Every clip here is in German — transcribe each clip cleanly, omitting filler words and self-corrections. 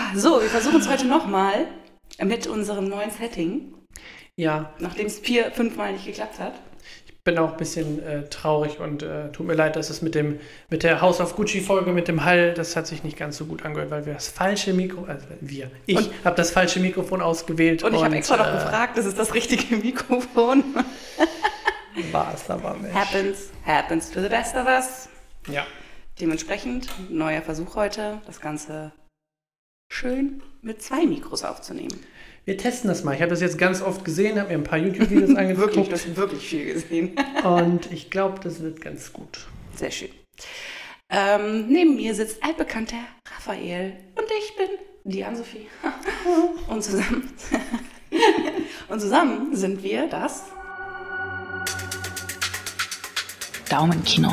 So, wir versuchen es heute nochmal mit unserem neuen Setting, Ja, nachdem es 4-5 Mal nicht geklappt hat. ich bin auch ein bisschen traurig und tut mir leid, dass es mit der House of Gucci-Folge mit dem Hall, das hat sich nicht ganz so gut angehört, weil wir das falsche ich habe das falsche Mikrofon ausgewählt. Und ich habe extra noch gefragt, das ist das richtige Mikrofon. War es aber nicht. Happens to the best of us. Ja. Dementsprechend, neuer Versuch heute, das Ganze schön mit 2 Mikros aufzunehmen. Wir testen das mal. Ich habe das jetzt ganz oft gesehen, habe mir ein paar YouTube-Videos angeguckt. Wirklich, du hast wirklich viel gesehen. Und ich glaube, das wird ganz gut. Sehr schön. Neben mir sitzt altbekannter Raphael und ich bin die Ann-Sophie. Und zusammen sind wir das Daumenkino.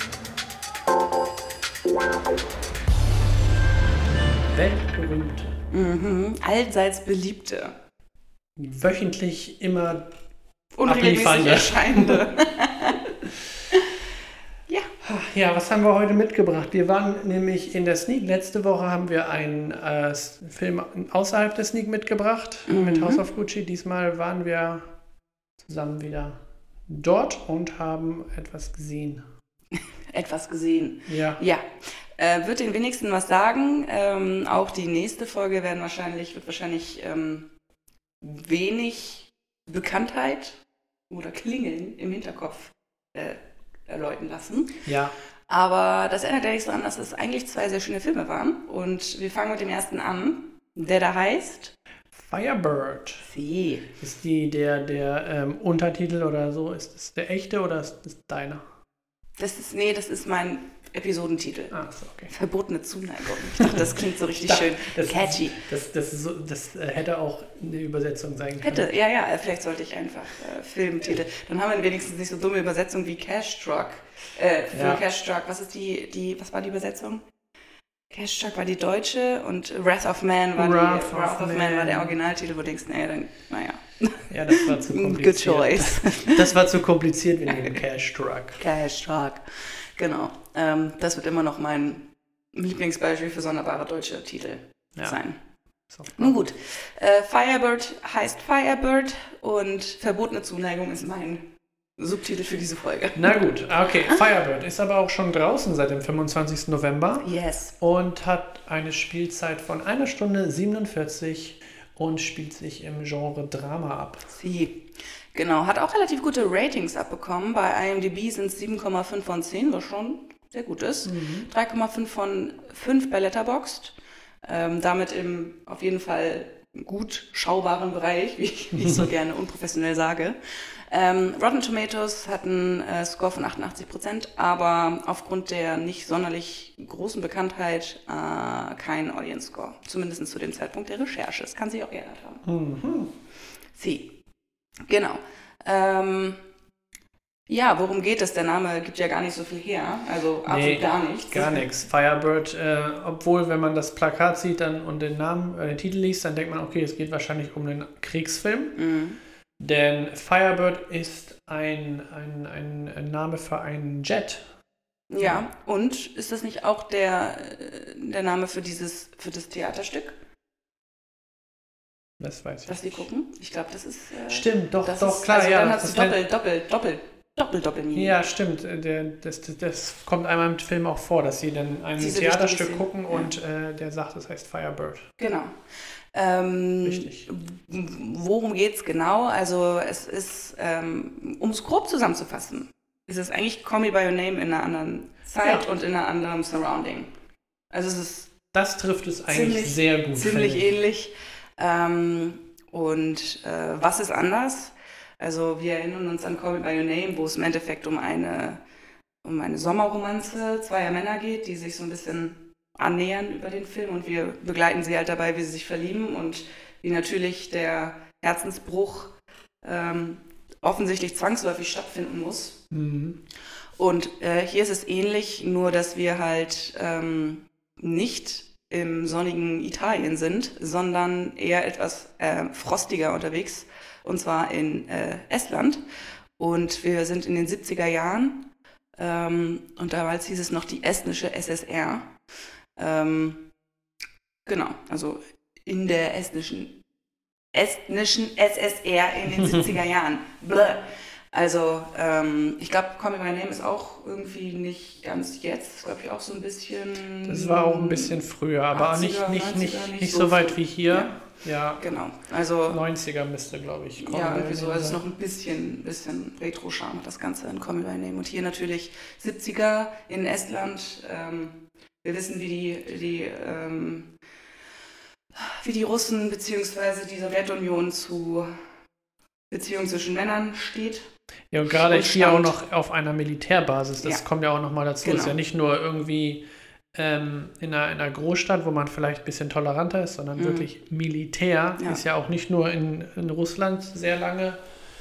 Weltberühmte. Allseits beliebte. Wöchentlich immer Unregelmäßig abliefernde. erscheinende. Ja, was haben wir heute mitgebracht? Wir waren nämlich in der Sneak. Letzte Woche haben wir einen Film außerhalb der Sneak mitgebracht mit House of Gucci. Diesmal waren wir zusammen wieder dort und haben etwas gesehen. Etwas gesehen. Ja. Ja. Wird den wenigsten was sagen. Auch die nächste Folge wird wahrscheinlich wenig Bekanntheit oder Klingeln im Hinterkopf erläutern lassen. Ja. Aber das ändert ja nichts daran, dass es eigentlich 2 sehr schöne Filme waren. Und wir fangen mit dem ersten an, der da heißt Firebird. Sie. Ist der Untertitel oder so, ist das der echte oder ist das deiner? Das ist mein Episodentitel. Ah, so, okay. Verbotene Zuneigung. Ich dachte, das klingt so richtig schön catchy. Das hätte auch eine Übersetzung sein können. Vielleicht sollte ich einfach Filmtitel. Dann haben wir wenigstens nicht so dumme Übersetzung wie Cash Truck. Cash Truck, was war die Übersetzung? Cash Truck war die deutsche und Wrath of Man war der Originaltitel, wo du denkst, Ja, das war zu kompliziert. Good choice. Das war zu kompliziert, wir nehmen Cash Truck. Cash Truck, genau. Das wird immer noch mein Lieblingsbeispiel für sonderbare deutsche Titel sein. So. Nun gut, Firebird heißt Firebird und verbotene Zuneigung ist mein Subtitel für diese Folge. Na gut, okay. Firebird ist aber auch schon draußen seit dem 25. November. Yes. Und hat eine Spielzeit von 1 Stunde 47 und spielt sich im Genre Drama ab. Sie. Genau, hat auch relativ gute Ratings abbekommen. Bei IMDb sind es 7,5 von 10, was schon sehr gut ist. 3,5 von 5 bei Letterboxd. Damit im auf jeden Fall gut schaubaren Bereich, wie ich so gerne unprofessionell sage. Rotten Tomatoes hat einen Score von 88%, aber aufgrund der nicht sonderlich großen Bekanntheit kein Audience Score. Zumindest zu dem Zeitpunkt der Recherche. Das kann sich auch geändert haben. Sie. Genau. Worum geht es? Der Name gibt ja gar nicht so viel her. Also absolut gar nichts. Gar nichts. Firebird, obwohl, wenn man das Plakat sieht und den Titel liest, dann denkt man, okay, es geht wahrscheinlich um einen Kriegsfilm. Denn Firebird ist ein Name für einen Jet. Ja, und ist das nicht auch der Name für das Theaterstück? Das weiß ich. Das wir gucken? Ich glaube, das ist... Stimmt, doch, ist, klar, also ja. Dann hast du Doppel-Meaning. Ja, stimmt. Das kommt einmal im Film auch vor, dass sie dann ein Theaterstück gucken und der sagt, das heißt Firebird. Genau. Richtig. Worum geht's genau? Also es ist, um es grob zusammenzufassen, ist es eigentlich Call Me By Your Name in einer anderen Zeit und in einer anderen Surrounding. Also es ist... Das trifft es eigentlich sehr gut. Ziemlich ähnlich. Was ist anders? Also wir erinnern uns an Call Me By Your Name, wo es im Endeffekt um eine Sommerromanze zweier Männer geht, die sich so ein bisschen annähern über den Film und wir begleiten sie halt dabei, wie sie sich verlieben und wie natürlich der Herzensbruch offensichtlich zwangsläufig stattfinden muss. Und hier ist es ähnlich, nur dass wir halt nicht im sonnigen Italien sind, sondern eher etwas frostiger unterwegs, und zwar in Estland. Und wir sind in den 70er Jahren und damals hieß es noch die estnische SSR. Genau, also in der estnischen SSR in den 70er Jahren. Bläh. Also, ich glaube, Call Me By Name ist auch irgendwie nicht ganz jetzt, glaube ich auch so ein bisschen... Das war auch ein bisschen früher, aber 80er, nicht 90er, nicht so weit wie hier. Ja, Genau, also... 90er müsste, glaube ich, kommen. Ja, irgendwie so, also es ist noch ein bisschen Retro-Charme, das Ganze in Call Me By Name. Und hier natürlich 70er in Estland. Wir wissen, wie die Russen bzw. die Sowjetunion zu Beziehungen zwischen Männern steht. Ja, und gerade hier auch noch auf einer Militärbasis, das kommt ja auch nochmal dazu. Genau. Ist ja nicht nur irgendwie in einer Großstadt, wo man vielleicht ein bisschen toleranter ist, sondern wirklich Militär. Ist ja auch nicht nur in Russland sehr lange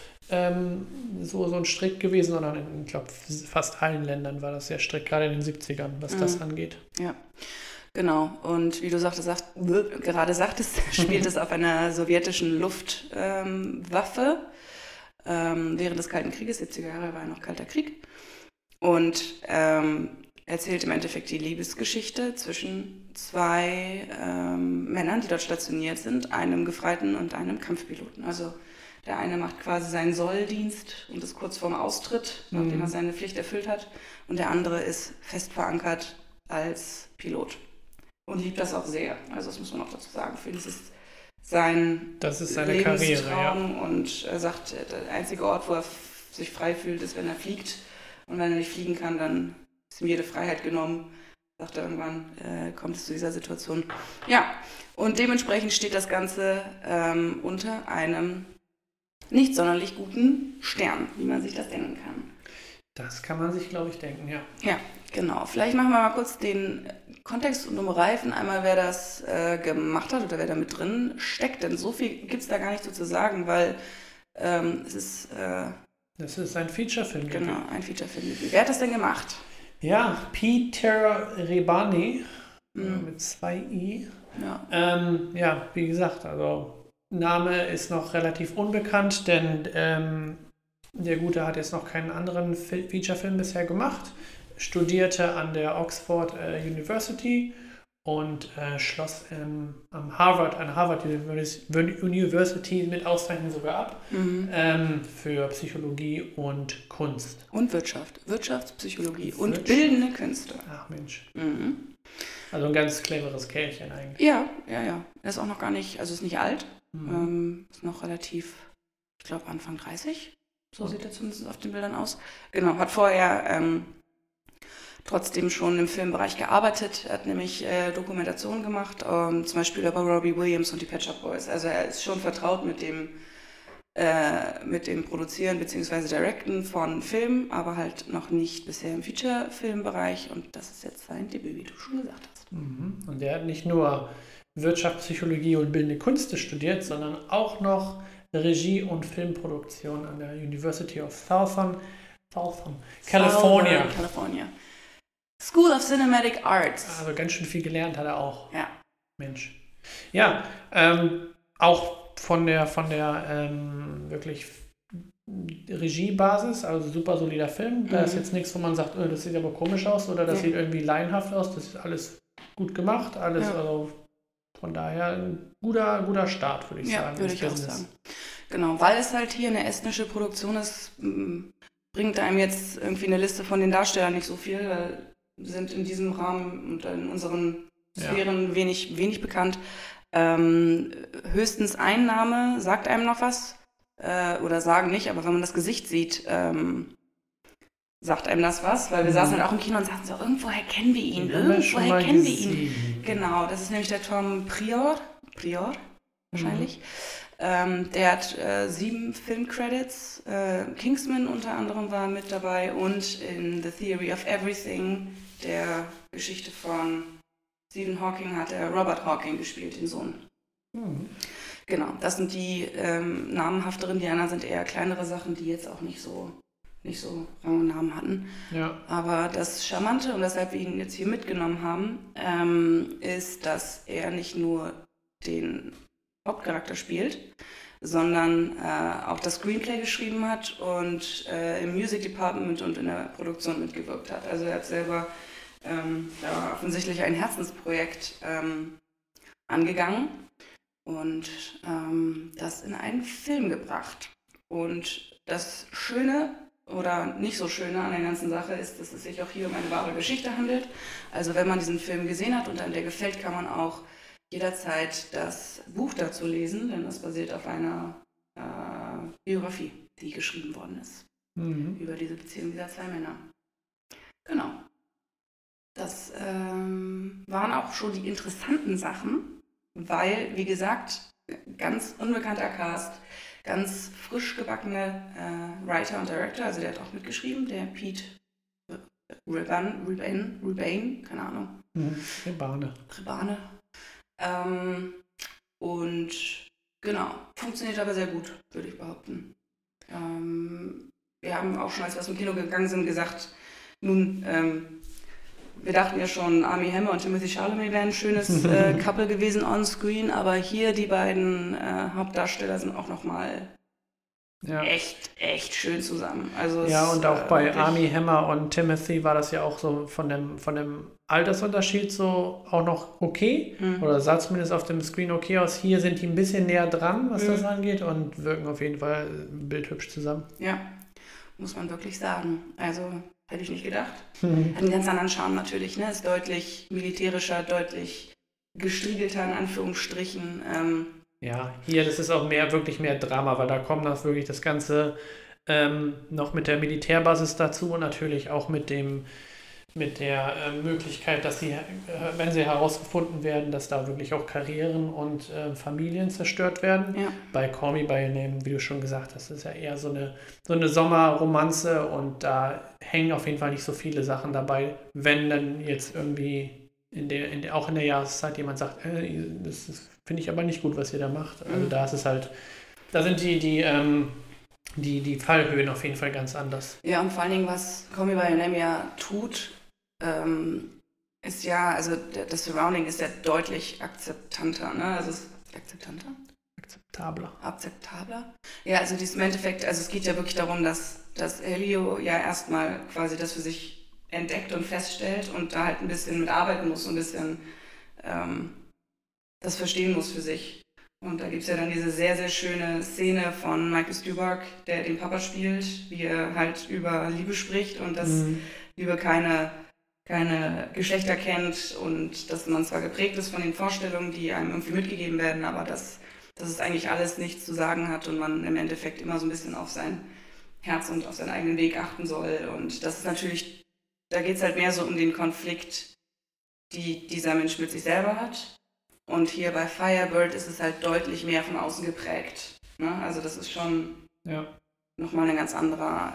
so ein strikt gewesen, sondern in, ich glaube, fast allen Ländern war das sehr strikt, gerade in den 70ern, was das angeht. Ja. Genau, und wie du gerade sagtest, spielt es auf einer sowjetischen Luftwaffe während des Kalten Krieges, 70er Jahre war ja noch Kalter Krieg, und erzählt im Endeffekt die Liebesgeschichte zwischen zwei Männern, die dort stationiert sind, einem Gefreiten und einem Kampfpiloten. Also der eine macht quasi seinen Solldienst und ist kurz vorm Austritt, nachdem er seine Pflicht erfüllt hat, und der andere ist fest verankert als Pilot. Und liebt das auch sehr. Also das muss man auch dazu sagen. Für ihn ist es seine Karriere, ja. Und er sagt, der einzige Ort, wo er sich frei fühlt, ist, wenn er fliegt. Und wenn er nicht fliegen kann, dann ist ihm jede Freiheit genommen. Sagt er irgendwann, kommt es zu dieser Situation. Ja, und dementsprechend steht das Ganze unter einem nicht sonderlich guten Stern, wie man sich das denken kann. Das kann man sich, glaube ich, denken, ja. Ja, genau. Vielleicht machen wir mal kurz den Kontext und umreifen. Einmal, wer das gemacht hat oder wer da mit drin steckt. Denn so viel gibt es da gar nicht so zu sagen, weil es ist... das ist ein Featurefilm. Genau, ein Featurefilm. Wer hat das denn gemacht? Ja, Peter Rebani mit 2 I. Ja. Wie gesagt, also Name ist noch relativ unbekannt, denn der Gute hat jetzt noch keinen anderen Featurefilm bisher gemacht, studierte an der Oxford University und schloss an Harvard University mit Auszeichnung sogar ab für Psychologie und Kunst. Und Wirtschaftspsychologie und bildende Künste. Ach Mensch. Also ein ganz cleveres Kerlchen eigentlich. Ja. Er ist auch noch gar nicht, also ist nicht alt, ist noch relativ, ich glaube Anfang 30. So sieht er zumindest auf den Bildern aus. Genau, hat vorher trotzdem schon im Filmbereich gearbeitet. Er hat nämlich Dokumentationen gemacht, zum Beispiel über Robbie Williams und die Pet Shop Boys. Also er ist schon vertraut mit dem Produzieren bzw. Directen von Filmen, aber halt noch nicht bisher im Feature-Filmbereich. Und das ist jetzt sein Debüt, wie du schon gesagt hast. Und der hat nicht nur Wirtschaftspsychologie und bildende Künste studiert, sondern auch noch Regie und Filmproduktion an der University of Southern California. School of Cinematic Arts. Also ganz schön viel gelernt hat er auch. Ja. Mensch. Ja, auch von der wirklich Regiebasis, also super solider Film. Da ist jetzt nichts, wo man sagt, das sieht aber komisch aus oder das sieht irgendwie laienhaft aus. Das ist alles gut gemacht, also von daher ein guter Start, würde ich sagen. Ja, würde ich auch sagen. Genau, weil es halt hier eine estnische Produktion ist, bringt einem jetzt irgendwie eine Liste von den Darstellern nicht so viel, weil wir sind in diesem Rahmen und in unseren Sphären wenig bekannt. Höchstens ein Name sagt einem noch was, oder sagen nicht, aber wenn man das Gesicht sieht, sagt einem das was, weil wir saßen halt auch im Kino und sagten so, irgendwoher kennen wir ihn, Genau, das ist nämlich der Tom Prior wahrscheinlich. Der hat 7 Filmcredits, Kingsman unter anderem war mit dabei und in The Theory of Everything, der Geschichte von Stephen Hawking, hat er Robert Hawking gespielt, den Sohn. Genau, das sind die namenhafteren, die anderen sind eher kleinere Sachen, die jetzt auch nicht so Rang und Namen hatten. Ja. Aber das Charmante, und weshalb wir ihn jetzt hier mitgenommen haben, ist, dass er nicht nur den Hauptcharakter spielt, sondern auch das Screenplay geschrieben hat und im Music Department und in der Produktion mitgewirkt hat. Also er hat selber offensichtlich ein Herzensprojekt angegangen und das in einen Film gebracht. Und das Schöne oder nicht so Schöne an der ganzen Sache ist, dass es sich auch hier um eine wahre Geschichte handelt. Also wenn man diesen Film gesehen hat und einem der gefällt, kann man auch jederzeit das Buch dazu lesen, denn das basiert auf einer Biografie, die geschrieben worden ist. Über diese Beziehung dieser zwei Männer. Genau. Das waren auch schon die interessanten Sachen, weil, wie gesagt, ganz unbekannter Cast, ganz frisch gebackene Writer und Director, also der hat auch mitgeschrieben, der Pete Rebane, keine Ahnung. Rebane. Und genau, funktioniert aber sehr gut, würde ich behaupten. Wir haben auch schon, als wir aus dem Kino gegangen sind, gesagt, nun, wir dachten ja schon, Armie Hammer und Timothy Chalamet wären ein schönes Couple gewesen on screen, aber hier die beiden Hauptdarsteller sind auch nochmal echt schön zusammen. Also ja, und auch bei Armie Hammer und Timothy war das ja auch so von dem Altersunterschied so auch noch okay. Oder sah zumindest auf dem Screen okay aus. Hier sind die ein bisschen näher dran, was das angeht, und wirken auf jeden Fall bildhübsch zusammen. Ja, muss man wirklich sagen. Also hätte ich nicht gedacht. Hat einen ganz anderen Charme natürlich, ne? Ist deutlich militärischer, deutlich gestriegelter in Anführungsstrichen. Ja, hier, das ist auch wirklich mehr Drama, weil da kommt das wirklich das Ganze noch mit der Militärbasis dazu und natürlich auch mit der Möglichkeit, dass sie, wenn sie herausgefunden werden, dass da wirklich auch Karrieren und Familien zerstört werden. Ja. Bei Call Me By Your Name, wie du schon gesagt hast, ist ja eher so eine Sommerromanze und da hängen auf jeden Fall nicht so viele Sachen dabei, wenn dann jetzt irgendwie auch in der Jahreszeit jemand sagt, das finde ich aber nicht gut, was ihr da macht. Also da ist es halt, da sind die Fallhöhen auf jeden Fall ganz anders. Ja, und vor allen Dingen, was Call Me By Your Name ja tut, ist ja, also das Surrounding ist ja deutlich akzeptanter, ne? Also akzeptanter? Akzeptabler. Ja, also im Endeffekt, also es geht ja wirklich darum, dass Elio ja erstmal quasi das für sich entdeckt und feststellt und da halt ein bisschen mitarbeiten muss, ein bisschen das verstehen muss für sich. Und da gibt es ja dann diese sehr, sehr schöne Szene von Michael Stuhlbarg, der den Papa spielt, wie er halt über Liebe spricht und dass Liebe keine Geschlechter kennt und dass man zwar geprägt ist von den Vorstellungen, die einem irgendwie mitgegeben werden, aber dass es eigentlich alles nichts zu sagen hat und man im Endeffekt immer so ein bisschen auf sein Herz und auf seinen eigenen Weg achten soll. Und das ist natürlich, da geht es halt mehr so um den Konflikt, die dieser Mensch mit sich selber hat. Und hier bei Firebird ist es halt deutlich mehr von außen geprägt. Ne? Also das ist schon nochmal eine ganz andere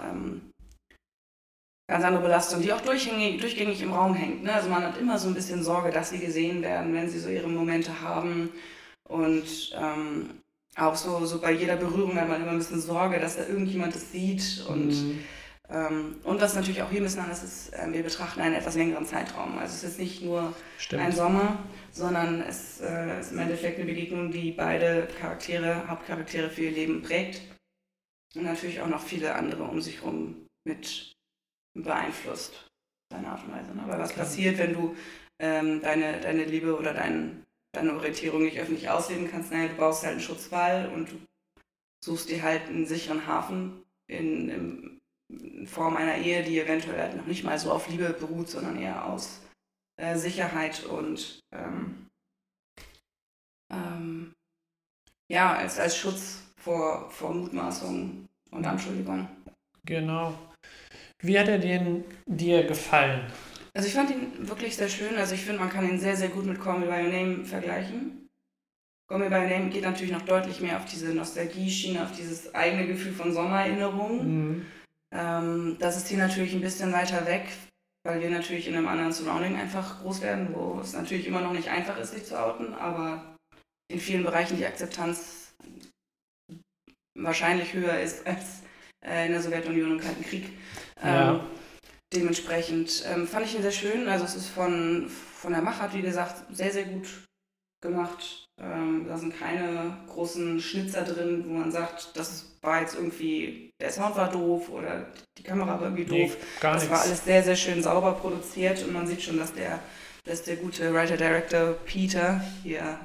Belastung, die auch durchgängig im Raum hängt. Ne? Also man hat immer so ein bisschen Sorge, dass sie gesehen werden, wenn sie so ihre Momente haben. Und auch so bei jeder Berührung hat man immer ein bisschen Sorge, dass da irgendjemand das sieht. Und was natürlich auch hier ein bisschen anders ist, wir betrachten einen etwas längeren Zeitraum. Also es ist nicht nur ein Sommer, sondern es ist im Endeffekt eine Begegnung, die beide Hauptcharaktere für ihr Leben prägt. Und natürlich auch noch viele andere um sich herum mit beeinflusst, seine Art und Weise. Ne? Aber was passiert, wenn du deine Liebe oder deine Orientierung nicht öffentlich ausleben kannst? Naja, du baust halt einen Schutzwall und du suchst dir halt einen sicheren Hafen in Form einer Ehe, die eventuell halt noch nicht mal so auf Liebe beruht, sondern eher aus Sicherheit und als Schutz vor Mutmaßungen und Anschuldigungen. Genau. Wie hat er dir gefallen? Also ich fand ihn wirklich sehr schön. Also ich finde, man kann ihn sehr, sehr gut mit Call Me By Your Name vergleichen. Call Me By Your Name geht natürlich noch deutlich mehr auf diese Nostalgie-Schiene, auf dieses eigene Gefühl von Sommererinnerungen. Das ist hier natürlich ein bisschen weiter weg, weil wir natürlich in einem anderen Surrounding einfach groß werden, wo es natürlich immer noch nicht einfach ist, sich zu outen, aber in vielen Bereichen die Akzeptanz wahrscheinlich höher ist als in der Sowjetunion im Kalten Krieg. Dementsprechend fand ich ihn sehr schön. Also es ist von der Machart, wie gesagt, sehr, sehr gut gemacht. Da sind keine großen Schnitzer drin, wo man sagt, das war jetzt irgendwie, der Sound war doof oder die Kamera war irgendwie doof. Gar das nichts. War alles sehr, sehr schön sauber produziert und man sieht schon, dass der dass der gute Writer-Director Peter hier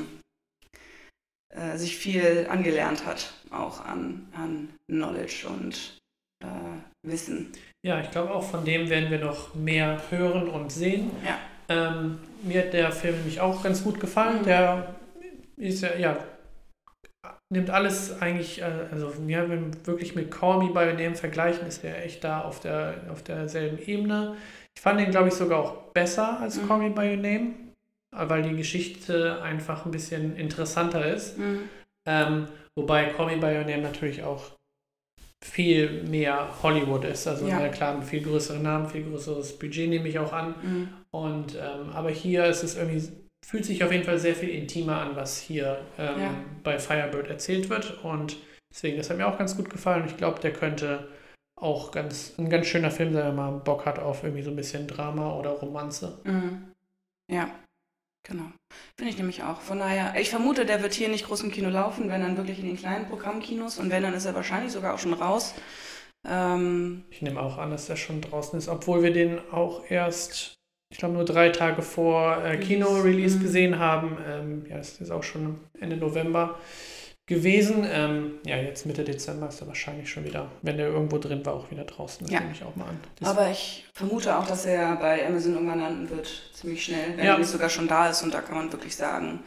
sich viel angelernt hat, auch an Knowledge und Wissen. Ja, ich glaube auch von dem werden wir noch mehr hören und sehen. Ja. Mir hat der Film nämlich auch ganz gut gefallen. Der ist nimmt alles eigentlich, also wenn wir wirklich mit Call Me By Your Name vergleichen, ist der echt da auf derselben Ebene. Ich fand den, glaube ich, sogar auch besser als Call Me By Your Name, weil die Geschichte einfach ein bisschen interessanter ist. Wobei Call Me By Your Name natürlich auch viel mehr Hollywood ist. Also ja klar, einen viel größeren Namen, viel größeres Budget nehme ich auch an. Und aber hier ist es irgendwie, fühlt sich auf jeden Fall sehr viel intimer an, was hier bei Firebird erzählt wird. Und deswegen, das hat mir auch ganz gut gefallen. Ich glaube, der könnte auch ein ganz schöner Film sein, wenn man Bock hat auf irgendwie so ein bisschen Drama oder Romanze. Ja, genau. Finde ich nämlich auch. Von daher, ich vermute, der wird hier nicht groß im Kino laufen, wenn dann wirklich in den kleinen Programmkinos. Und wenn, dann ist er wahrscheinlich sogar auch schon raus. Ich nehme auch an, dass der schon draußen ist, obwohl wir den auch erst, ich glaube, nur 3 Tage vor Kino-Release gesehen haben. Das ist auch schon Ende November gewesen. Jetzt Mitte Dezember ist er wahrscheinlich schon wieder, wenn der irgendwo drin war, auch wieder draußen. Das nehme ich auch mal an. Aber ich vermute auch, dass er bei Amazon irgendwann landen wird, ziemlich schnell, wenn er nicht sogar schon da ist. Und da kann man wirklich sagen,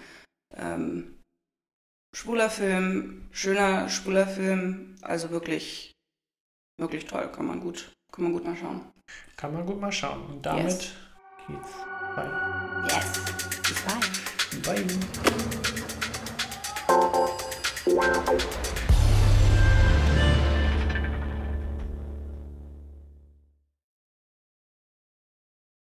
schwuler Film, schöner schwuler Film, also wirklich, wirklich toll, kann man gut mal schauen. Kann man gut mal schauen. Und damit geht's weiter. Yes, bis bald. Bye.